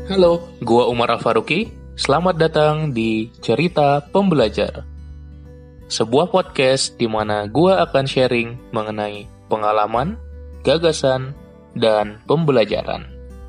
Halo, gua Umar Al-Faruqi. Selamat datang di Cerita Pembelajar. Sebuah podcast di mana gua akan sharing mengenai pengalaman, gagasan, dan pembelajaran.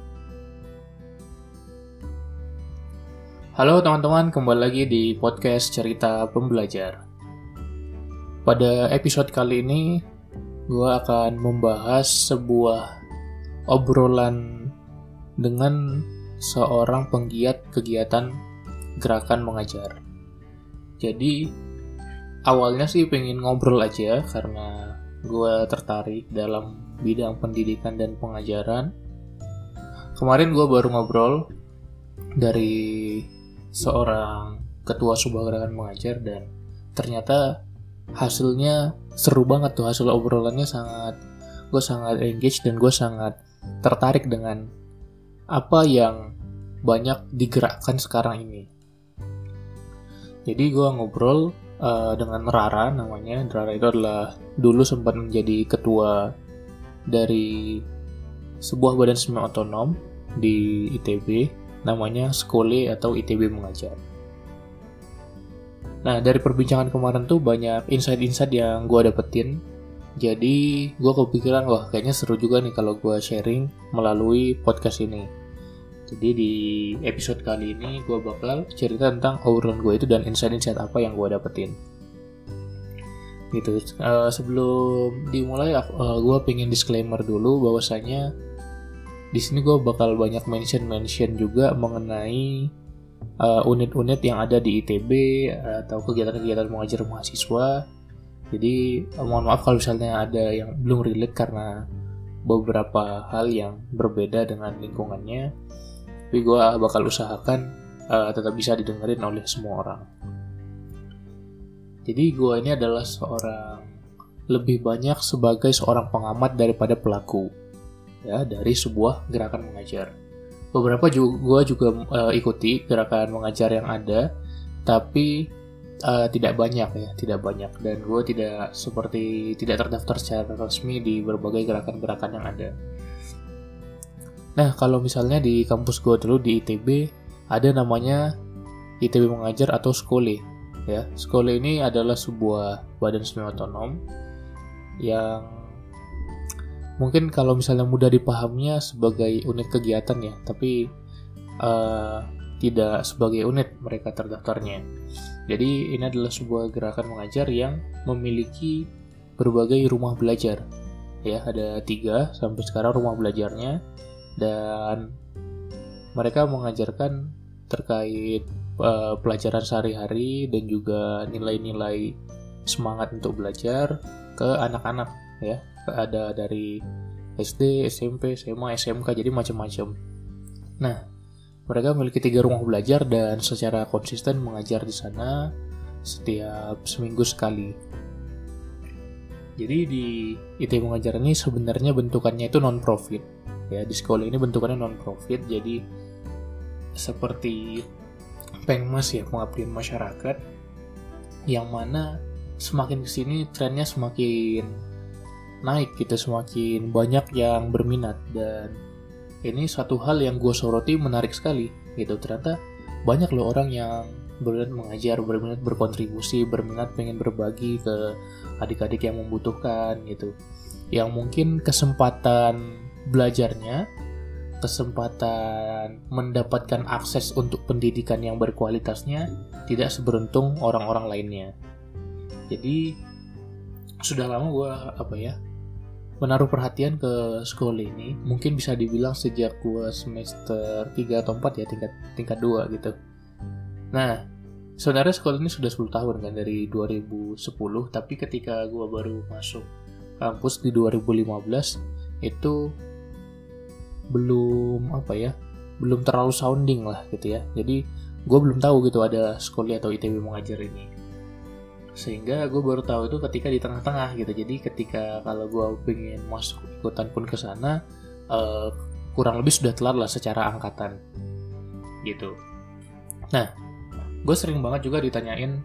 Halo teman-teman, kembali lagi di podcast Cerita Pembelajar. Pada episode kali ini, gua akan membahas sebuah obrolan dengan seorang penggiat kegiatan gerakan mengajar. Jadi awalnya sih pengen ngobrol aja karena gue tertarik dalam bidang pendidikan dan pengajaran. Kemarin gue baru ngobrol dari seorang ketua sebuah gerakan mengajar dan ternyata hasilnya seru banget tuh. Hasil obrolannya gue sangat engage dan gue sangat tertarik dengan apa yang banyak digerakkan sekarang ini. Jadi gue ngobrol dengan Rara namanya. Rara itu adalah dulu sempat menjadi ketua dari sebuah badan semi otonom di ITB, namanya Skole atau ITB Mengajar. Nah, dari perbincangan kemarin tuh banyak insight-insight yang gue dapetin. Jadi gue kepikiran, wah kayaknya seru juga nih kalau gue sharing melalui podcast ini. Jadi di episode kali ini gue bakal cerita tentang obrolan gue itu dan insight-insight apa yang gue dapetin. Gitu. Sebelum dimulai, gue pengen disclaimer dulu bahwasanya di sini gue bakal banyak mention juga mengenai unit-unit yang ada di ITB atau kegiatan-kegiatan mengajar mahasiswa. Jadi mohon maaf kalau misalnya ada yang belum relate karena beberapa hal yang berbeda dengan lingkungannya. Tapi gue bakal usahakan tetap bisa didengerin oleh semua orang. Jadi gue ini adalah lebih banyak sebagai seorang pengamat daripada pelaku ya dari sebuah gerakan mengajar. Beberapa gue juga ikuti gerakan mengajar yang ada, tapi tidak banyak. Dan gue tidak terdaftar secara resmi di berbagai gerakan-gerakan yang ada. Nah, kalau misalnya di kampus gue dulu di ITB ada namanya ITB Mengajar atau Skole. Ya, Skole ini adalah sebuah badan semi otonom yang mungkin kalau misalnya mudah dipahaminya sebagai unit kegiatan ya, tapi tidak sebagai unit mereka terdaftarnya. Jadi ini adalah sebuah gerakan mengajar yang memiliki berbagai rumah belajar. Ya, ada 3 sampai sekarang rumah belajarnya. Dan mereka mengajarkan terkait pelajaran sehari-hari dan juga nilai-nilai semangat untuk belajar ke anak-anak ya. Ada dari SD, SMP, SMA, SMK, jadi macam-macam. Nah, mereka memiliki 3 rumah belajar dan secara konsisten mengajar di sana setiap seminggu sekali. Jadi di ITB Mengajar ini sebenarnya bentukannya itu non-profit. Ya, di sekolah ini bentukannya non-profit, jadi seperti pengmas ya, pengabdian masyarakat, yang mana semakin kesini trennya semakin naik gitu, semakin banyak yang berminat. Dan ini suatu hal yang gue soroti menarik sekali gitu, ternyata banyak loh orang yang berminat mengajar, berminat berkontribusi, berminat pengen berbagi ke adik-adik yang membutuhkan gitu, yang mungkin kesempatan belajarnya, kesempatan mendapatkan akses untuk pendidikan yang berkualitasnya tidak seberuntung orang-orang lainnya. Jadi sudah lama gue menaruh perhatian ke sekolah ini, mungkin bisa dibilang sejak gue semester 3 atau 4 ya, tingkat 2 gitu. Nah, sebenarnya sekolah ini sudah 10 tahun kan, dari 2010, tapi ketika gue baru masuk kampus di 2015 itu belum terlalu sounding lah gitu ya. Jadi gue belum tahu gitu ada Skole atau ITB Mengajar ini, sehingga gue baru tahu itu ketika di tengah-tengah gitu. Jadi ketika kalau gue pengen masuk ikutan pun ke sana, kurang lebih sudah telat lah secara angkatan gitu. Nah, gue sering banget juga ditanyain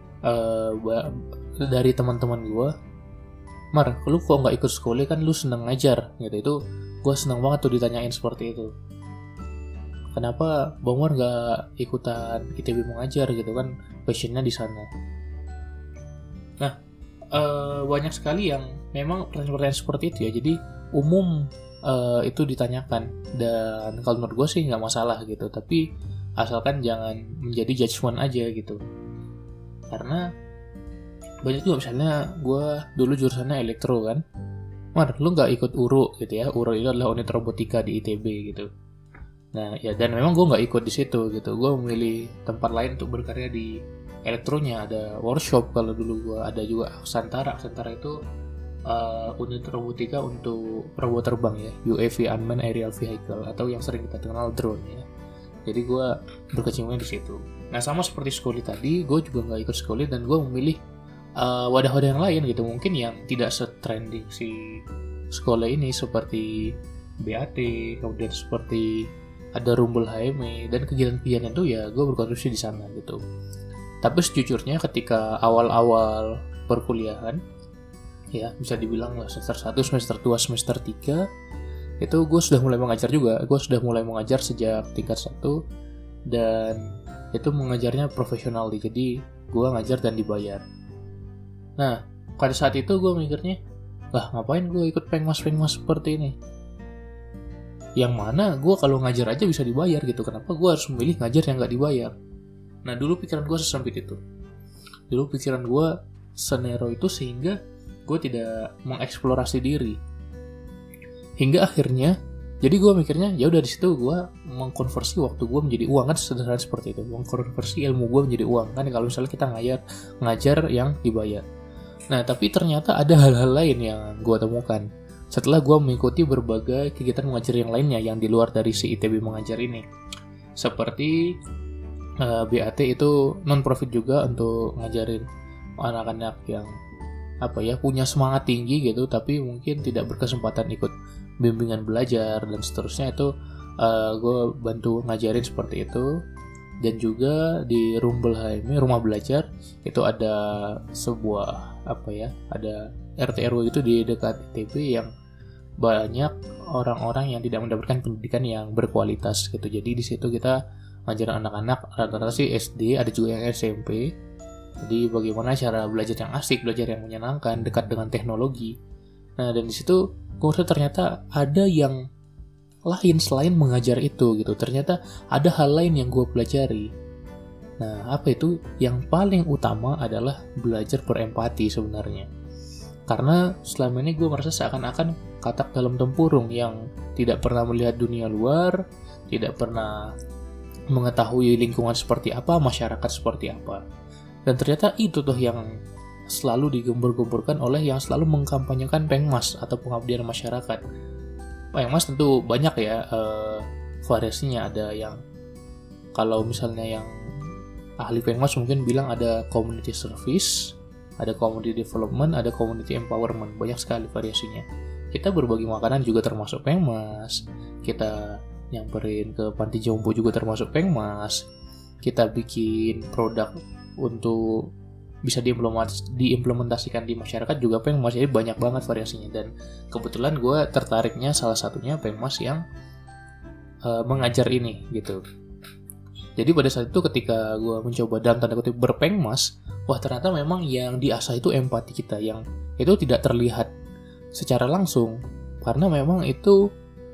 dari teman-teman gue, Mar, lu kok nggak ikut Skole, kan lu seneng ngajar gitu. Itu gue seneng banget tuh ditanyain seperti itu. kenapa Bang War nggak ikutan ITB mengajar gitu kan, passionnya di sana. Nah, banyak sekali yang memang pertanyaan-pertanyaan seperti itu ya, jadi umum itu ditanyakan, dan kalau menurut gue sih nggak masalah gitu, tapi asalkan jangan menjadi judgement aja gitu. Karena banyak juga, misalnya gue dulu jurusannya elektro kan, Mar, lu nggak ikut URU gitu ya, URU itu adalah unit robotika di ITB gitu. Nah ya, dan memang gue nggak ikut di situ gitu, gue memilih tempat lain untuk berkarya di elektronya. Ada workshop kalau dulu gue, ada juga Aksantara itu unit robotika untuk robot terbang ya, UAV, Unmanned Aerial Vehicle, atau yang sering kita kenal drone ya. Jadi gue berkecimpung di situ. Nah sama seperti Skoli tadi, gue juga nggak ikut Skoli dan gue memilih wadah-wadah yang lain gitu, mungkin yang tidak se-trending si Skoli ini, seperti BAT, kemudian seperti ada Rumbul HME, dan kegiatan-kegiatan itu ya gue berkontribusi di sana gitu. Tapi sejujurnya ketika awal-awal perkuliahan, ya bisa dibilang semester 1, semester 2, semester 3, itu gue sudah mulai mengajar juga. Gue sudah mulai mengajar sejak tingkat 1, dan itu mengajarnya profesional, jadi gue ngajar dan dibayar. Nah, pada saat itu gue mikirnya, lah ngapain gue ikut pengmas seperti ini? Yang mana gue kalau ngajar aja bisa dibayar gitu, kenapa gue harus memilih ngajar yang gak dibayar? Nah dulu pikiran gue sesempit itu. Dulu pikiran gue senero itu, sehingga gue tidak mengeksplorasi diri. Hingga akhirnya, jadi gue mikirnya, ya udah di situ gue mengkonversi waktu gue menjadi uang, kan sederhana seperti itu. Mengkonversi ilmu gue menjadi uang, kan kalau misalnya kita ngajar yang dibayar. Nah tapi ternyata ada hal-hal lain yang gue temukan setelah gue mengikuti berbagai kegiatan mengajar yang lainnya yang di luar dari si ITB mengajar ini. Seperti BAT itu non-profit juga untuk ngajarin anak-anak yang punya semangat tinggi gitu, tapi mungkin tidak berkesempatan ikut bimbingan belajar dan seterusnya. Itu gue bantu ngajarin seperti itu. Dan juga di Rumbul HME, rumah belajar, itu ada sebuah ada RT RW itu di dekat ITB yang banyak orang-orang yang tidak mendapatkan pendidikan yang berkualitas gitu. Jadi di situ kita ngajarin anak-anak, rata-rata sih SD, ada juga yang SMP. Jadi bagaimana cara belajar yang asik, belajar yang menyenangkan, dekat dengan teknologi. Nah dan di situ gue ternyata ada yang lain selain mengajar itu gitu. Ternyata ada hal lain yang gue pelajari. Nah apa itu? Yang paling utama adalah belajar berempati sebenarnya. Karena selama ini gue merasa seakan-akan katak dalam tempurung yang tidak pernah melihat dunia luar, tidak pernah mengetahui lingkungan seperti apa, masyarakat seperti apa. Dan ternyata itu tuh yang selalu digembur-gemburkan oleh yang selalu mengkampanyekan Pengmas atau pengabdian masyarakat. Pengmas tentu banyak ya variasinya. Ada yang, kalau misalnya yang ahli Pengmas mungkin bilang ada community service, ada community development, ada community empowerment. Banyak sekali variasinya. Kita berbagi makanan juga termasuk Pengmas. Kita nyamperin ke panti jompo juga termasuk Pengmas. Kita bikin produk untuk bisa diimplementasikan di masyarakat juga Pengmas. Jadi banyak banget variasinya. Dan kebetulan gue tertariknya salah satunya Pengmas yang mengajar ini gitu. Jadi pada saat itu ketika gue mencoba dalam tanda kutip berpengmas, wah ternyata memang yang diasah itu empati kita, yang itu tidak terlihat secara langsung. Karena memang itu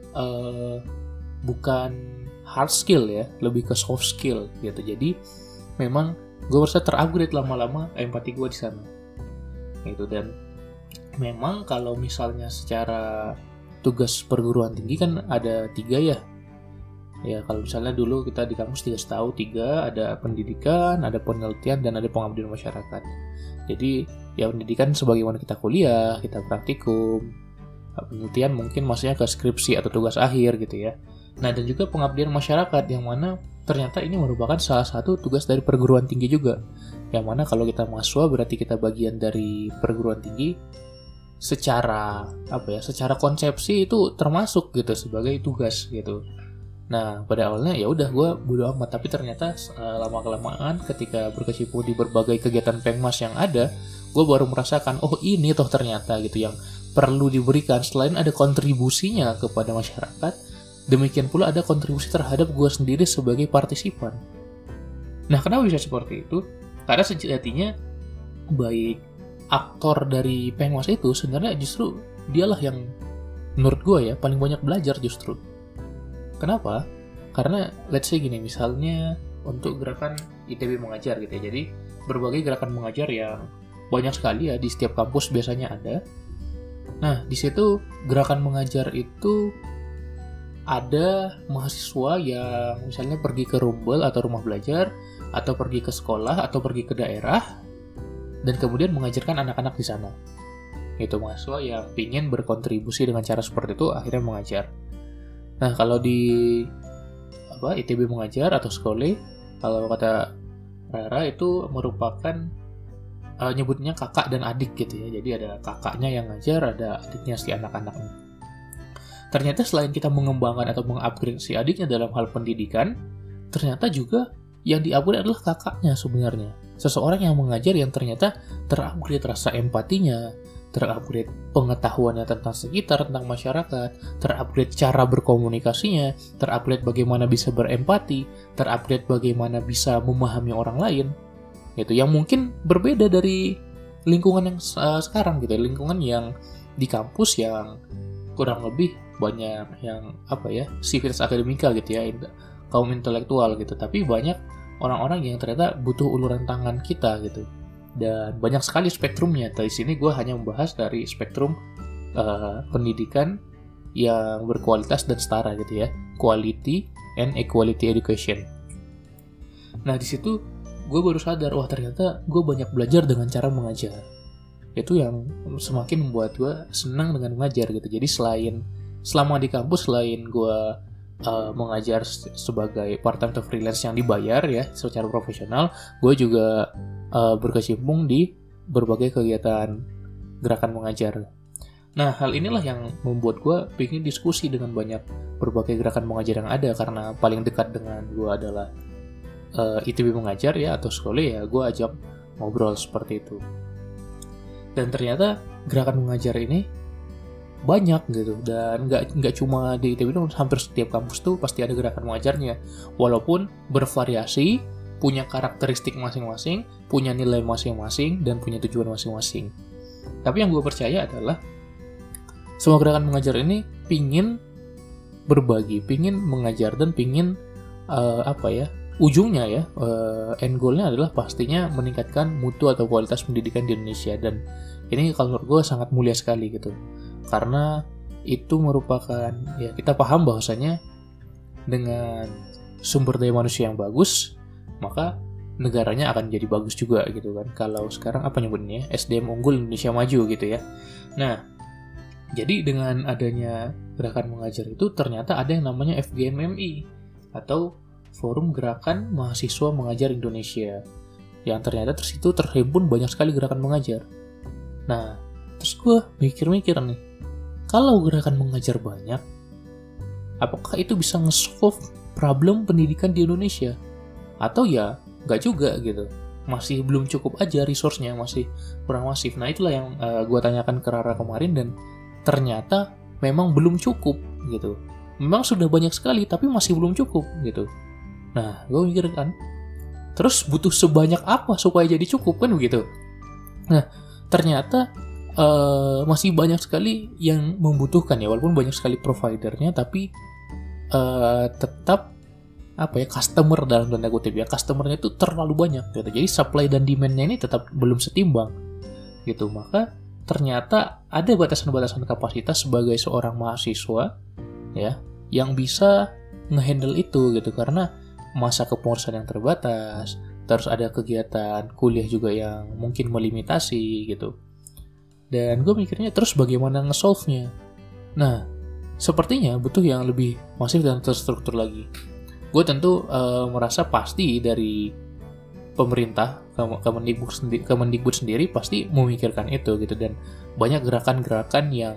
bukan hard skill ya, lebih ke soft skill gitu. Jadi memang gue merasa terupgrade lama-lama empati gue di sana gitu. Dan memang kalau misalnya secara tugas perguruan tinggi kan ada 3 ya. Ya kalau misalnya dulu kita di kampus tahu 3, ada pendidikan, ada penelitian, dan ada pengabdian masyarakat. Jadi ya pendidikan sebagaimana kita kuliah, kita praktikum. Penelitian mungkin maksudnya ke skripsi atau tugas akhir gitu ya. Nah dan juga pengabdian masyarakat, yang mana ternyata ini merupakan salah satu tugas dari perguruan tinggi juga. Yang mana kalau kita mahasiswa berarti kita bagian dari perguruan tinggi. Secara secara konsepsi itu termasuk gitu sebagai tugas gitu. Nah pada awalnya ya udah gue bodo amat, tapi ternyata lama-kelamaan ketika berkecimpung di berbagai kegiatan Pengmas yang ada, gue baru merasakan oh ini toh ternyata gitu yang perlu diberikan. Selain ada kontribusinya kepada masyarakat, demikian pula ada kontribusi terhadap gue sendiri sebagai partisipan. Nah, kenapa bisa seperti itu? Karena sejatinya baik aktor dari Penguasa itu sebenarnya justru dialah yang menurut gue ya paling banyak belajar justru. Kenapa? Karena let's say gini, misalnya untuk gerakan ITB mengajar gitu ya. Jadi berbagai gerakan mengajar yang banyak sekali ya di setiap kampus biasanya ada. Nah, di situ gerakan mengajar itu ada mahasiswa yang misalnya pergi ke rumbel atau rumah belajar, atau pergi ke sekolah, atau pergi ke daerah, dan kemudian mengajarkan anak-anak di sana. Itu mahasiswa yang ingin berkontribusi dengan cara seperti itu, akhirnya mengajar. Nah, kalau di ITB mengajar atau skole, kalau kata Rara itu merupakan nyebutnya kakak dan adik gitu ya. Jadi ada kakaknya yang ngajar, ada adiknya si anak-anaknya. Ternyata selain kita mengembangkan atau mengupgrade si adiknya dalam hal pendidikan, ternyata juga yang di-upgrade adalah kakaknya sebenarnya. Seseorang yang mengajar yang ternyata terupgrade rasa empatinya, terupgrade pengetahuannya tentang sekitar, tentang masyarakat, terupgrade cara berkomunikasinya, terupgrade bagaimana bisa berempati, terupgrade bagaimana bisa memahami orang lain. Itu yang mungkin berbeda dari lingkungan yang sekarang gitu, lingkungan yang di kampus yang kurang lebih banyak yang civitas akademika gitu ya, kaum intelektual gitu, tapi banyak orang-orang yang ternyata butuh uluran tangan kita gitu, dan banyak sekali spektrumnya. Dari sini gue hanya membahas dari spektrum pendidikan yang berkualitas dan setara gitu ya, quality and equality education. Nah, di situ gue baru sadar, wah ternyata gue banyak belajar dengan cara mengajar. Itu yang semakin membuat gue senang dengan mengajar gitu. Jadi selama di kampus, selain gue mengajar sebagai part-time atau freelance yang dibayar ya secara profesional, gue juga berkecimpung di berbagai kegiatan gerakan mengajar. Nah, hal inilah yang membuat gue pengen diskusi dengan banyak berbagai gerakan mengajar yang ada, karena paling dekat dengan gue adalah ITB mengajar ya atau sekolah, ya gue ajak ngobrol seperti itu. Dan ternyata gerakan mengajar ini banyak gitu, dan nggak cuma di ITB, hampir setiap kampus tuh pasti ada gerakan mengajarnya, walaupun bervariasi, punya karakteristik masing-masing, punya nilai masing-masing, dan punya tujuan masing-masing. Tapi yang gue percaya adalah semua gerakan mengajar ini pingin berbagi, pingin mengajar, dan pingin ujungnya ya, end goalnya adalah pastinya meningkatkan mutu atau kualitas pendidikan di Indonesia. Dan ini kalau menurut gue sangat mulia sekali gitu, karena itu merupakan, ya kita paham bahwasanya dengan sumber daya manusia yang bagus, maka negaranya akan jadi bagus juga gitu kan. Kalau sekarang apa nyebutnya, SDM unggul Indonesia maju gitu ya. Nah, jadi dengan adanya gerakan mengajar itu ternyata ada yang namanya FGMMI atau Forum Gerakan Mahasiswa Mengajar Indonesia, yang ternyata tersitu terhimpun banyak sekali gerakan mengajar. Nah, terus gue mikir-mikir nih, kalau gerakan mengajar banyak, apakah itu bisa nge-solve problem pendidikan di Indonesia? Atau ya nggak juga gitu, masih belum cukup aja resource-nya, masih kurang masif. Nah, itulah yang gue tanyakan ke Rara kemarin, dan ternyata memang belum cukup gitu. Memang sudah banyak sekali, tapi masih belum cukup gitu. Nah, gue mikir kan, terus butuh sebanyak apa supaya jadi cukup kan begitu. Nah, ternyata masih banyak sekali yang membutuhkan ya, walaupun banyak sekali providernya, tapi tetap customer dalam tanda kutip ya, customernya itu terlalu banyak gitu. Jadi supply dan demand-nya ini tetap belum setimbang gitu. Maka ternyata ada batasan-batasan kapasitas sebagai seorang mahasiswa ya yang bisa ngehandle itu gitu, karena masa kepengurusan yang terbatas, terus ada kegiatan kuliah juga yang mungkin melimitasi gitu. Dan gue mikirnya terus bagaimana nge-solve-nya. Nah, sepertinya butuh yang lebih masif dan terstruktur lagi. Gue tentu merasa pasti dari pemerintah, Kemendikbud sendiri pasti memikirkan itu gitu, dan banyak gerakan-gerakan yang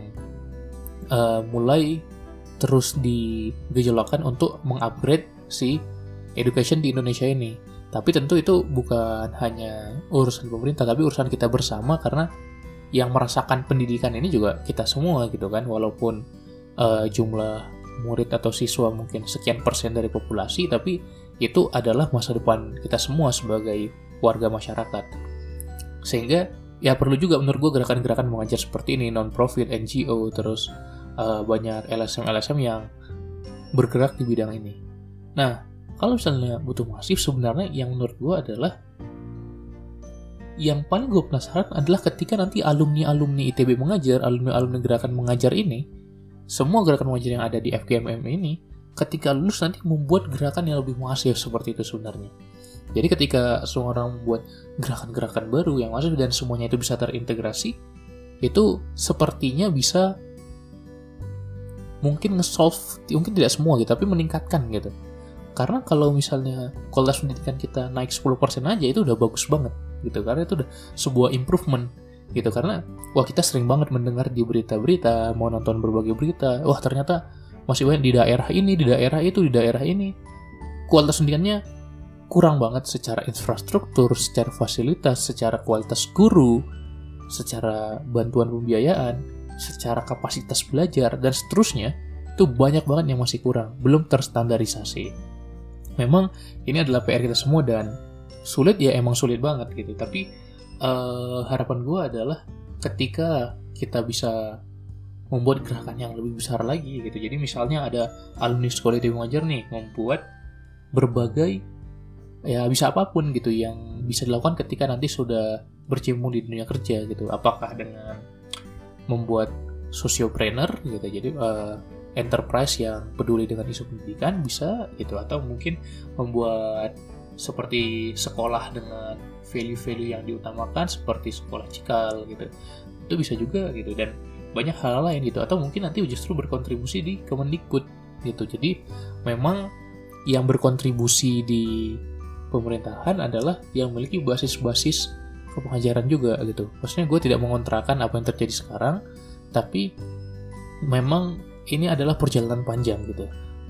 mulai terus digejolakkan untuk mengupgrade si education di Indonesia ini. Tapi tentu itu bukan hanya urusan pemerintah, tapi urusan kita bersama, karena yang merasakan pendidikan ini juga kita semua gitu kan. Walaupun jumlah murid atau siswa mungkin sekian persen dari populasi, tapi itu adalah masa depan kita semua sebagai warga masyarakat. Sehingga ya perlu juga menurut gue gerakan-gerakan mengajar seperti ini, non-profit, NGO, terus banyak LSM-LSM yang bergerak di bidang ini. Nah, kalau misalnya butuh masif, sebenarnya yang menurut gue adalah yang paling gue penasaran adalah ketika nanti alumni-alumni ITB mengajar, alumni-alumni gerakan mengajar ini, semua gerakan mengajar yang ada di FKMM ini, ketika lulus nanti membuat gerakan yang lebih masif seperti itu sebenarnya. Jadi ketika semua orang membuat gerakan-gerakan baru yang masif dan semuanya itu bisa terintegrasi, itu sepertinya bisa mungkin nge-solve, mungkin tidak semua gitu, tapi meningkatkan gitu. Karena kalau misalnya kualitas pendidikan kita naik 10% aja, itu udah bagus banget gitu, karena itu udah sebuah improvement gitu. Karena wah, kita sering banget mendengar di berita-berita, mau nonton berbagai berita, wah ternyata masih banyak di daerah ini, di daerah itu, di daerah ini kualitas pendidikannya kurang banget secara infrastruktur, secara fasilitas, secara kualitas guru, secara bantuan pembiayaan, secara kapasitas belajar, dan seterusnya. Itu banyak banget yang masih kurang, belum terstandarisasi. Memang ini adalah PR kita semua dan sulit ya, emang sulit banget gitu. Tapi harapan gue adalah ketika kita bisa membuat gerakan yang lebih besar lagi gitu. Jadi misalnya ada alumni sekolah ITB mengajar nih membuat berbagai, ya bisa apapun gitu yang bisa dilakukan ketika nanti sudah berkecimpung di dunia kerja gitu. Apakah dengan membuat sociopreneur gitu, jadi enterprise yang peduli dengan isu pendidikan bisa gitu, atau mungkin membuat seperti sekolah dengan value-value yang diutamakan seperti sekolah cikal gitu, itu bisa juga gitu. Dan banyak hal lain gitu, atau mungkin nanti justru berkontribusi di Kemendikbud gitu. Jadi memang yang berkontribusi di pemerintahan adalah yang memiliki basis-basis kepengajaran juga gitu. Maksudnya gue tidak mengontrakan apa yang terjadi sekarang, tapi memang ini adalah perjalanan panjang gitu.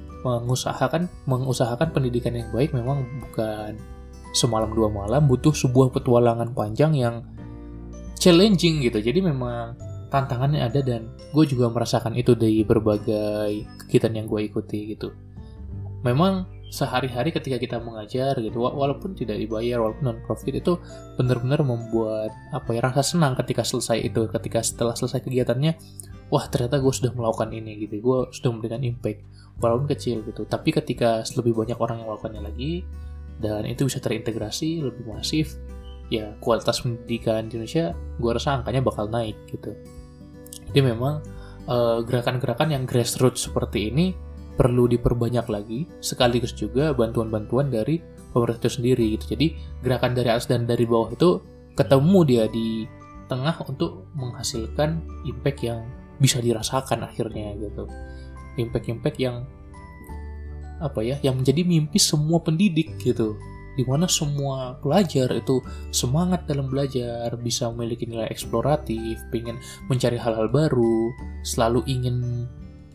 Mengusahakan pendidikan yang baik memang bukan semalam dua malam, butuh sebuah petualangan panjang yang challenging gitu. Jadi memang tantangannya ada dan gue juga merasakan itu dari berbagai kegiatan yang gue ikuti gitu. Memang sehari-hari ketika kita mengajar gitu, walaupun tidak dibayar, walaupun non-profit, itu benar-benar membuat rasa senang ketika selesai itu, ketika setelah selesai kegiatannya, wah ternyata gue sudah melakukan ini gitu, gue sudah memberikan impact, walaupun kecil gitu. Tapi ketika lebih banyak orang yang melakukannya lagi, dan itu bisa terintegrasi lebih masif, ya kualitas pendidikan di Indonesia gue rasa angkanya bakal naik gitu. Jadi memang gerakan-gerakan yang grassroots seperti ini perlu diperbanyak lagi, sekaligus juga bantuan-bantuan dari pemerintah itu sendiri gitu. Jadi gerakan dari atas dan dari bawah itu ketemu dia di tengah untuk menghasilkan impact yang bisa dirasakan akhirnya gitu. Impact-impact yang yang menjadi mimpi semua pendidik gitu, dimana semua pelajar itu semangat dalam belajar, bisa memiliki nilai eksploratif, pengen mencari hal-hal baru, selalu ingin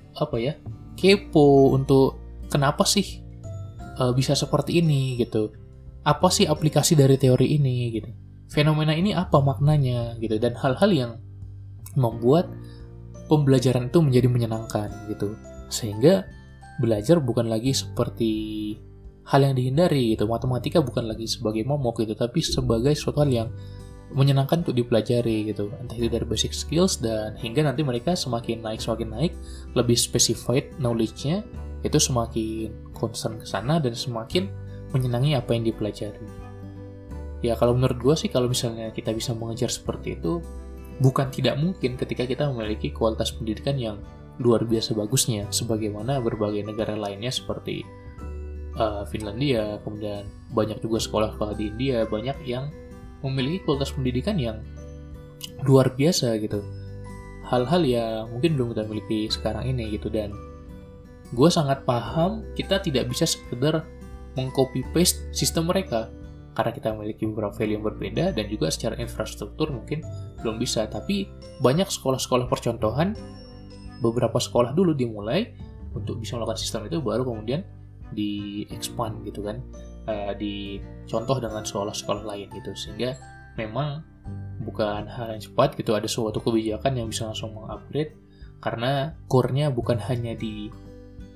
kepo untuk kenapa sih bisa seperti ini gitu, apa sih aplikasi dari teori ini gitu, fenomena ini apa maknanya gitu, dan hal-hal yang membuat pembelajaran itu menjadi menyenangkan gitu, sehingga belajar bukan lagi seperti hal yang dihindari gitu. Matematika bukan lagi sebagai momok gitu, tapi sebagai suatu hal yang menyenangkan untuk dipelajari gitu. Entah itu dari basic skills dan hingga nanti mereka semakin naik, lebih specified knowledge-nya, itu semakin concern ke sana dan semakin menyenangi apa yang dipelajari. Ya kalau menurut gue sih, kalau misalnya kita bisa mengejar seperti itu, bukan tidak mungkin ketika kita memiliki kualitas pendidikan yang luar biasa bagusnya, sebagaimana berbagai negara lainnya seperti Finlandia, kemudian banyak juga sekolah-sekolah di India, banyak yang memiliki kualitas pendidikan yang luar biasa gitu. Hal-hal yang mungkin belum kita miliki sekarang ini gitu, dan gue sangat paham kita tidak bisa sekedar meng-copy paste sistem mereka, karena kita memiliki beberapa value yang berbeda dan juga secara infrastruktur mungkin belum bisa. Tapi banyak sekolah-sekolah percontohan, beberapa sekolah dulu dimulai untuk bisa melakukan sistem itu, baru kemudian di-expand gitu kan, dicontoh dengan sekolah-sekolah lain gitu, sehingga memang bukan hal yang cepat gitu, ada suatu kebijakan yang bisa langsung mengupgrade, karena core-nya bukan hanya di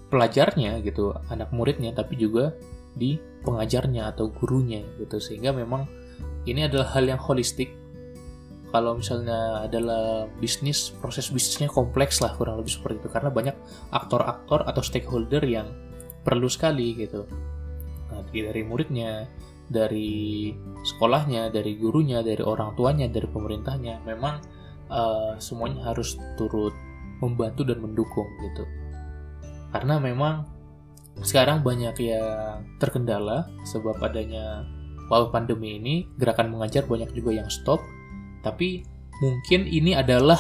pelajarnya gitu, anak muridnya, tapi juga di pengajarnya atau gurunya gitu. Sehingga memang ini adalah hal yang holistik. Kalau misalnya adalah bisnis, proses bisnisnya kompleks lah, kurang lebih seperti itu, karena banyak aktor-aktor atau stakeholder yang perlu sekali gitu. Nah, dari muridnya, dari sekolahnya, dari gurunya, dari orang tuanya, dari pemerintahnya, memang semuanya harus turut membantu dan mendukung gitu. Karena memang sekarang banyak yang terkendala sebab adanya wabah pandemi ini, gerakan mengajar banyak juga yang stop. Tapi mungkin ini adalah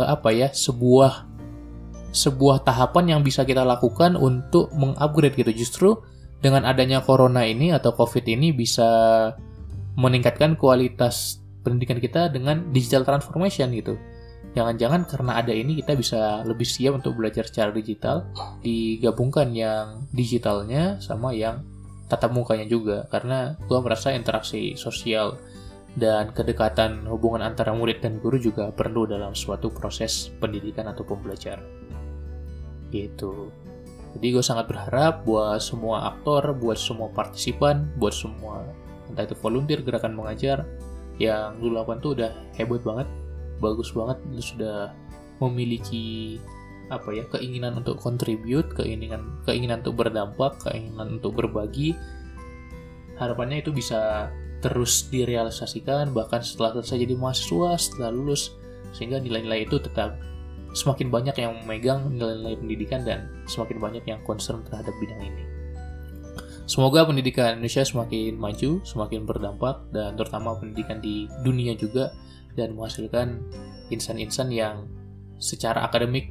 sebuah tahapan yang bisa kita lakukan untuk mengupgrade gitu. Justru dengan adanya corona ini atau COVID ini bisa meningkatkan kualitas pendidikan kita dengan digital transformation gitu. Jangan-jangan karena ada ini kita bisa lebih siap untuk belajar secara digital, digabungkan yang digitalnya sama yang tatap mukanya juga. Karena gue merasa interaksi sosial dan kedekatan hubungan antara murid dan guru juga perlu dalam suatu proses pendidikan atau pembelajaran. Gitu. Jadi gue sangat berharap buat semua aktor, buat semua partisipan, buat semua entah itu volunteer gerakan mengajar yang lu lakukan tuh udah hebat banget. Bagus banget, lu sudah memiliki keinginan untuk contribute, keinginan untuk berdampak, keinginan untuk berbagi. Harapannya itu bisa terus direalisasikan bahkan setelah selesai jadi mahasiswa, setelah lulus, sehingga nilai-nilai itu tetap semakin banyak yang memegang nilai-nilai pendidikan dan semakin banyak yang concern terhadap bidang ini. Semoga pendidikan Indonesia semakin maju, semakin berdampak, dan terutama pendidikan di dunia juga, dan menghasilkan insan-insan yang secara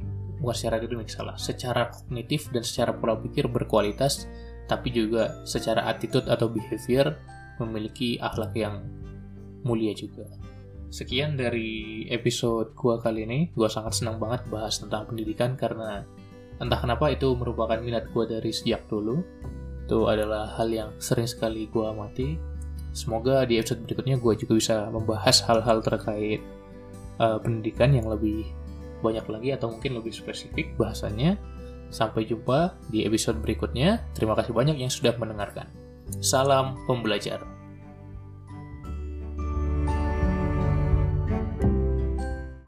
secara kognitif dan secara pola pikir berkualitas, tapi juga secara attitude atau behavior memiliki akhlak yang mulia juga. Sekian dari episode gua kali ini. Gua sangat senang banget bahas tentang pendidikan karena entah kenapa itu merupakan minat gua dari sejak dulu. Itu adalah hal yang sering sekali gua amati. Semoga di episode berikutnya gue juga bisa membahas hal-hal terkait pendidikan yang lebih banyak lagi atau mungkin lebih spesifik bahasannya. Sampai jumpa di episode berikutnya. Terima kasih banyak yang sudah mendengarkan. Salam pembelajar.